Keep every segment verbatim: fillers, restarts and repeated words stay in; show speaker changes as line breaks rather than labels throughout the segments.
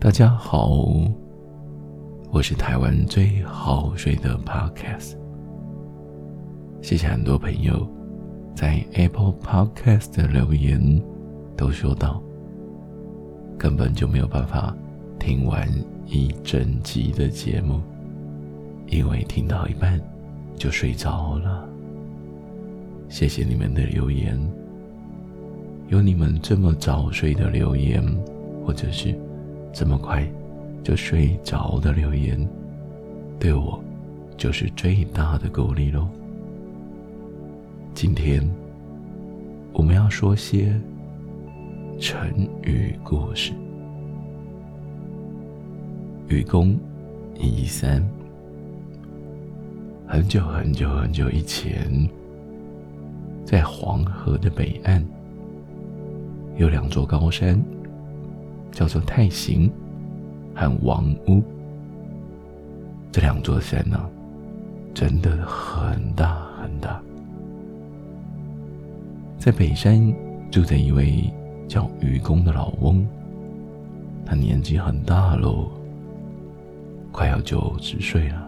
大家好，我是台湾最好睡的 Podcast。 谢谢很多朋友在 Apple Podcast 的留言都说到根本就没有办法听完一整集的节目，因为听到一半就睡着了。谢谢你们的留言，有你们这么早睡的留言，或者是这么快就睡着的留言，对我就是最大的鼓励咯。今天我们要说些成语故事。愚公移山。很久很久很久以前，在黄河的北岸有两座高山，叫做太行和王屋。这两座山呢、啊，真的很大很大。在北山住着一位叫愚公的老翁，他年纪很大咯，快要九十岁了。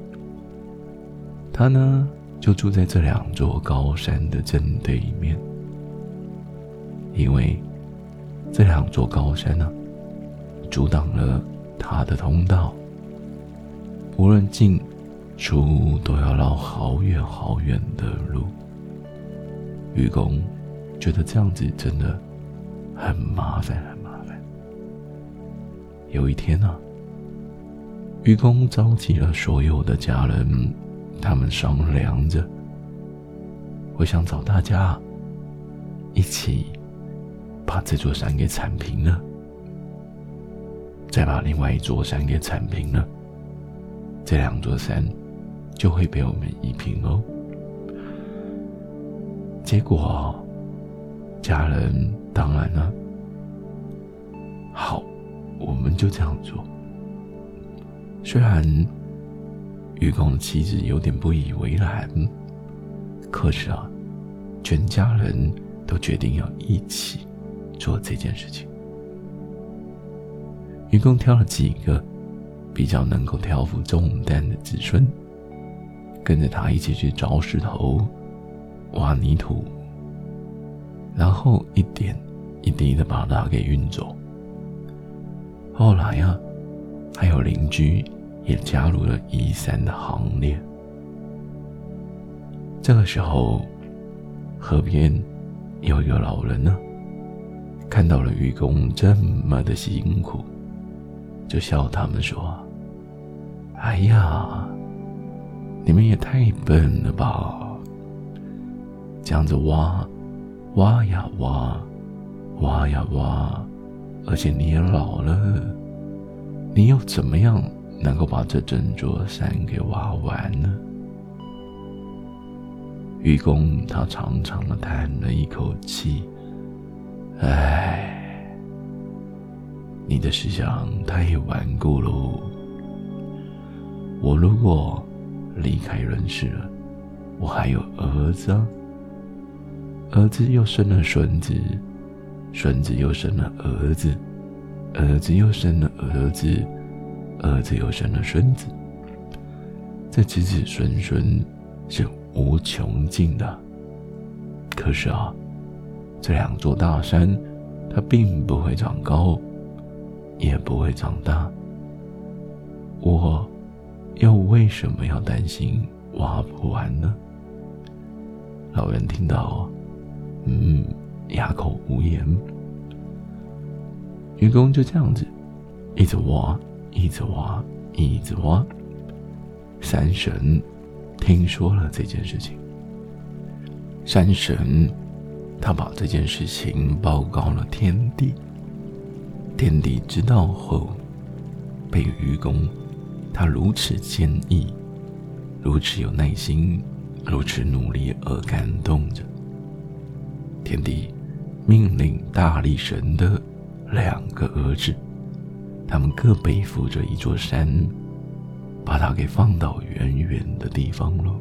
他呢，就住在这两座高山的正对面，因为这两座高山呢、啊，阻挡了他的通道，无论进出都要绕好远好远的路。愚公觉得这样子真的很麻烦很麻烦。有一天啊，愚公召集了所有的家人，他们商量着，我想找大家一起把这座山给铲平了，再把另外一座山给铲平了，这两座山就会被我们移平哦。结果家人当然了，好，我们就这样做。虽然愚公的妻子有点不以为然，可是啊，全家人都决定要一起做这件事情。愚公挑了几个比较能够挑负重担的子孙，跟着他一起去找石头、挖泥土，然后一点一滴的把它给运走。后来啊，还有邻居也加入了移山的行列。这个时候，河边有一个老人呢，看到了愚公这么的辛苦，就笑他们说：哎呀，你们也太笨了吧，这样子挖挖呀挖挖呀挖，而且你也老了，你又怎么样能够把这整座山给挖完呢？愚公他长长的叹了一口气，唉，你的思想太顽固喽。我如果离开人世了，我还有儿子啊，儿子又生了孙子，孙子又生了儿子，儿子又生了儿子，儿子又生了孙子，这子子孙孙是无穷尽的。可是啊，这两座大山它并不会长高，也不会长大，我又为什么要担心挖不完呢？老人听到，嗯，哑口无言。愚公就这样子一直挖一直挖一直挖。山神听说了这件事情，山神他把这件事情报告了天帝。天帝知道后，被愚公他如此坚毅，如此有耐心，如此努力而感动着。天帝命令大力神的两个儿子，他们各背负着一座山，把它给放到远远的地方了。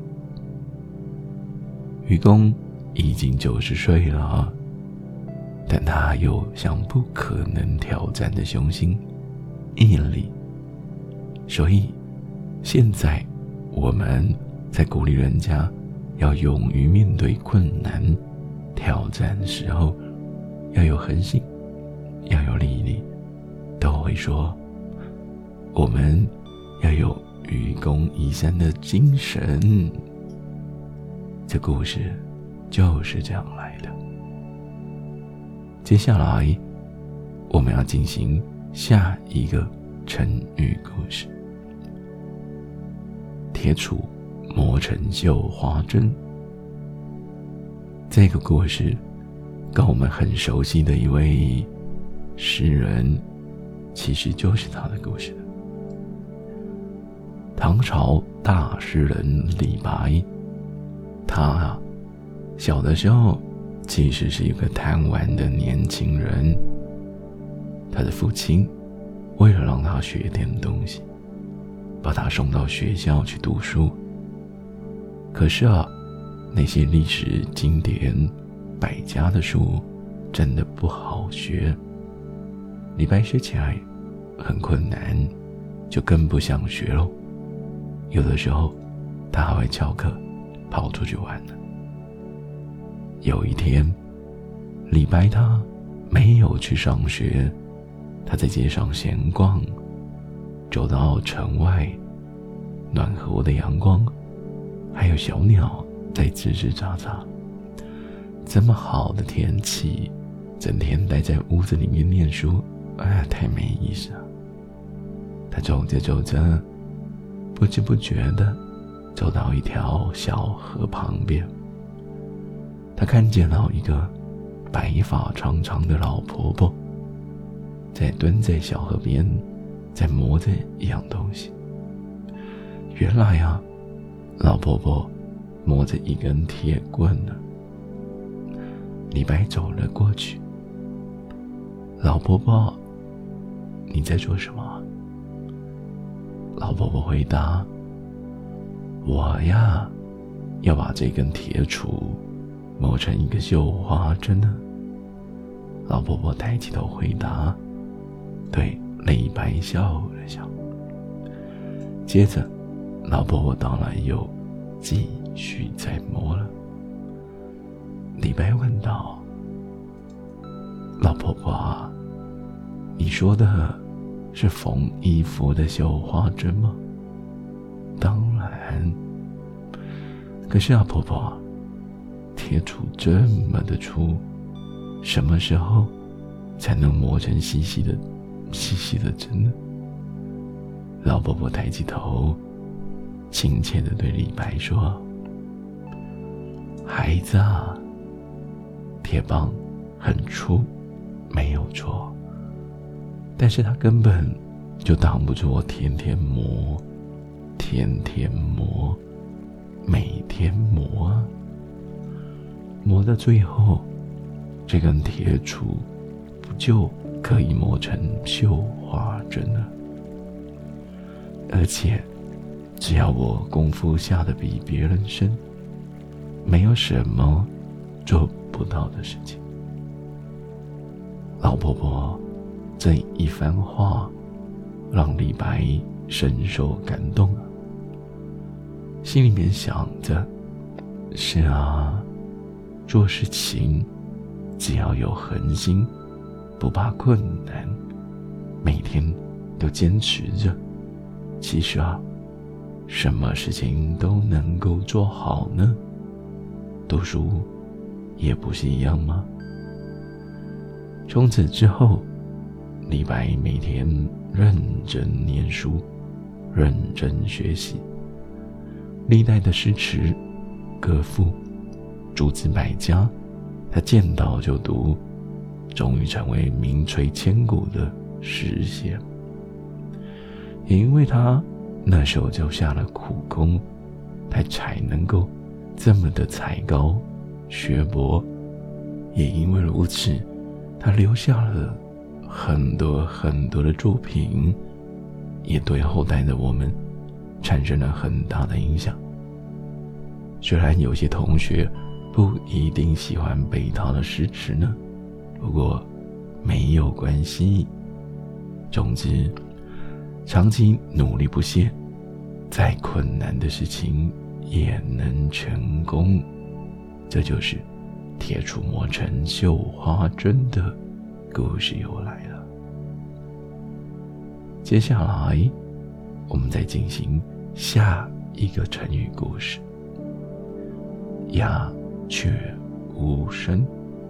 愚公已经九十岁了，但他有想不可能挑战的雄心， 毅力。所以现在我们在鼓励人家要勇于面对困难挑战的时候，要有恒心，要有毅力，都会说我们要有愚公移山的精神。这故事就是这样来的。接下来我们要进行下一个成语故事，铁杵磨成绣花针。这个故事跟我们很熟悉的一位诗人，其实就是他的故事。唐朝大诗人李白，他啊，小的时候其实是一个贪玩的年轻人。他的父亲为了让他学点东西，把他送到学校去读书。可是啊，那些历史经典百家的书真的不好学，李白学起来很困难，就更不想学咯。有的时候他还会翘课跑出去玩呢。有一天，李白他没有去上学，他在街上闲逛，走到城外，暖和的阳光，还有小鸟在吱吱喳喳。这么好的天气，整天待在屋子里面念书，哎呀，太没意思了。他走着走着，不知不觉地走到一条小河旁边，他看见了一个白发长长的老婆婆，在蹲在小河边，在磨着一样东西。原来啊，老婆婆磨着一根铁棍呢。李白走了过去，老婆婆，你在做什么？老婆婆回答，我呀，要把这根铁杵磨成一个绣花针呢。老婆婆抬起头回答，对李白笑了笑。接着老婆婆当然又继续在磨了。李白问道，老婆婆啊，你说的是缝衣服的绣花针吗？当然。可是啊，婆婆，铁杵这么的粗，什么时候才能磨成细细的细细的针呢？老婆婆抬起头，亲切地对李白说，孩子啊，铁棒很粗，没有错，但是它根本就挡不住我天天磨，天天磨，每天磨啊，磨到最后，这根铁杵不就可以磨成绣花针了？而且只要我功夫下得比别人深，没有什么做不到的事情。老婆婆这一番话让李白深受感动啊，心里面想着，是啊，做事情只要有恒心，不怕困难，每天都坚持着，其实啊，什么事情都能够做好呢？读书也不是一样吗？从此之后，李白每天认真念书，认真学习，历代的诗词歌赋诸子百家，他见到就读，终于成为名垂千古的诗仙。也因为他那时候就下了苦功，他才能够这么的才高学博。也因为如此，他留下了很多很多的作品，也对后代的我们产生了很大的影响。虽然有些同学不一定喜欢背他的诗词呢，不过没有关系。总之， 长期努力不懈，再困难的事情也能成功。这就是铁杵磨成绣花针的故事由来了。接下来我们再进行下一个成语故事。鸦雀无声。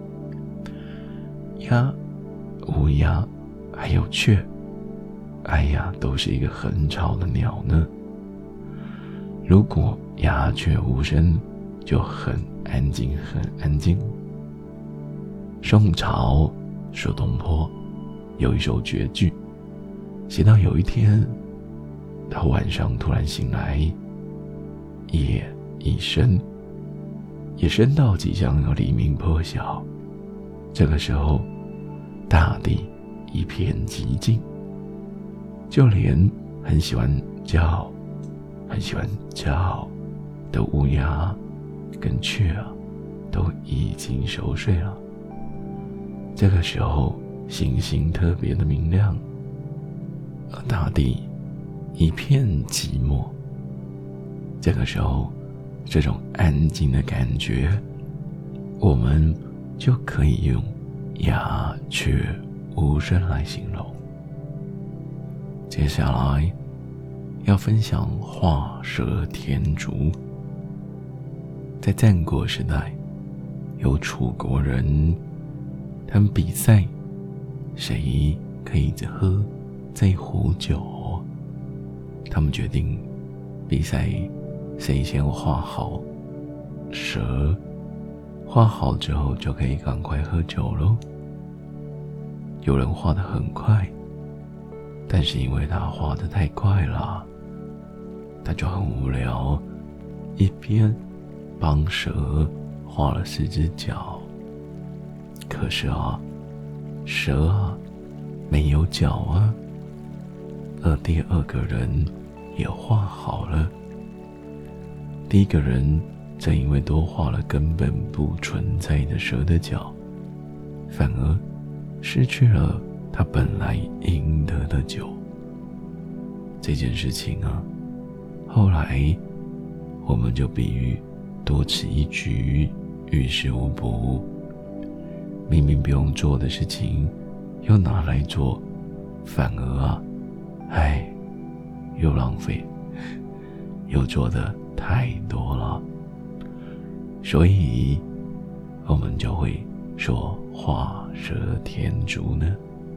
鸦、乌鸦还有雀，哎呀，都是一个很吵的鸟呢。如果鸦雀无声，就很安静很安静。宋朝苏东坡有一首绝句，写到有一天他晚上突然醒来，夜已深，也深到即将要黎明破晓。这个时候大地一片寂静，就连很喜欢叫很喜欢叫的乌鸦跟雀啊都已经熟睡了。这个时候星星特别的明亮，而大地一片寂寞。这个时候这种安静的感觉，我们就可以用鸦雀无声来形容。接下来要分享画蛇添足。在战国时代，有楚国人，他们比赛谁可以喝这壶酒。他们决定比赛谁先画好蛇，画好之后就可以赶快喝酒咯。有人画得很快，但是因为他画得太快了，他就很无聊，一边帮蛇画了四只脚。可是啊，蛇啊没有脚啊。而第二个人也画好了，第一个人正因为多画了根本不存在的蛇的脚，反而失去了他本来赢得的酒。这件事情啊，后来我们就比喻多此一举，于事无补。明明不用做的事情又拿来做，反而啊哎，又浪费，又做的太多了，所以我们就会说画蛇添足呢。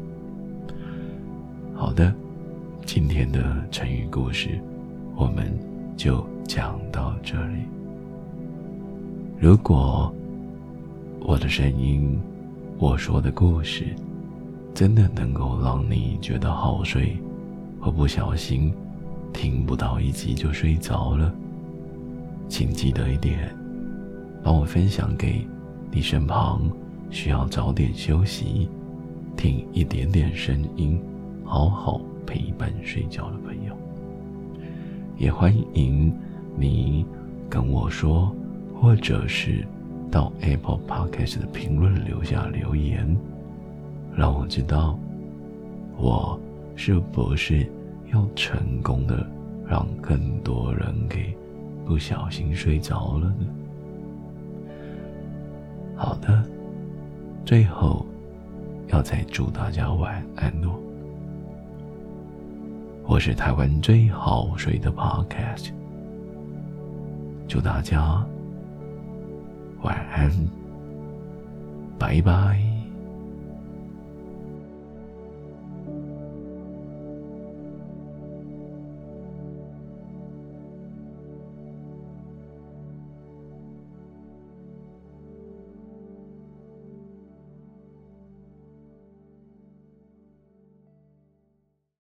好的，今天的成语故事我们就讲到这里。如果我的声音，我说的故事真的能够让你觉得好睡，或不小心听不到一集就睡着了，请记得一点，帮我分享给你身旁需要早点休息，听一点点声音，好好陪伴睡觉的朋友。也欢迎你跟我说，或者是到 Apple Podcast 的评论留下留言，让我知道我是不是要成功的让更多人给不小心睡着了呢？好的，最后要再祝大家晚安哦。我是台湾最好睡的 Podcast， 祝大家晚安，拜拜。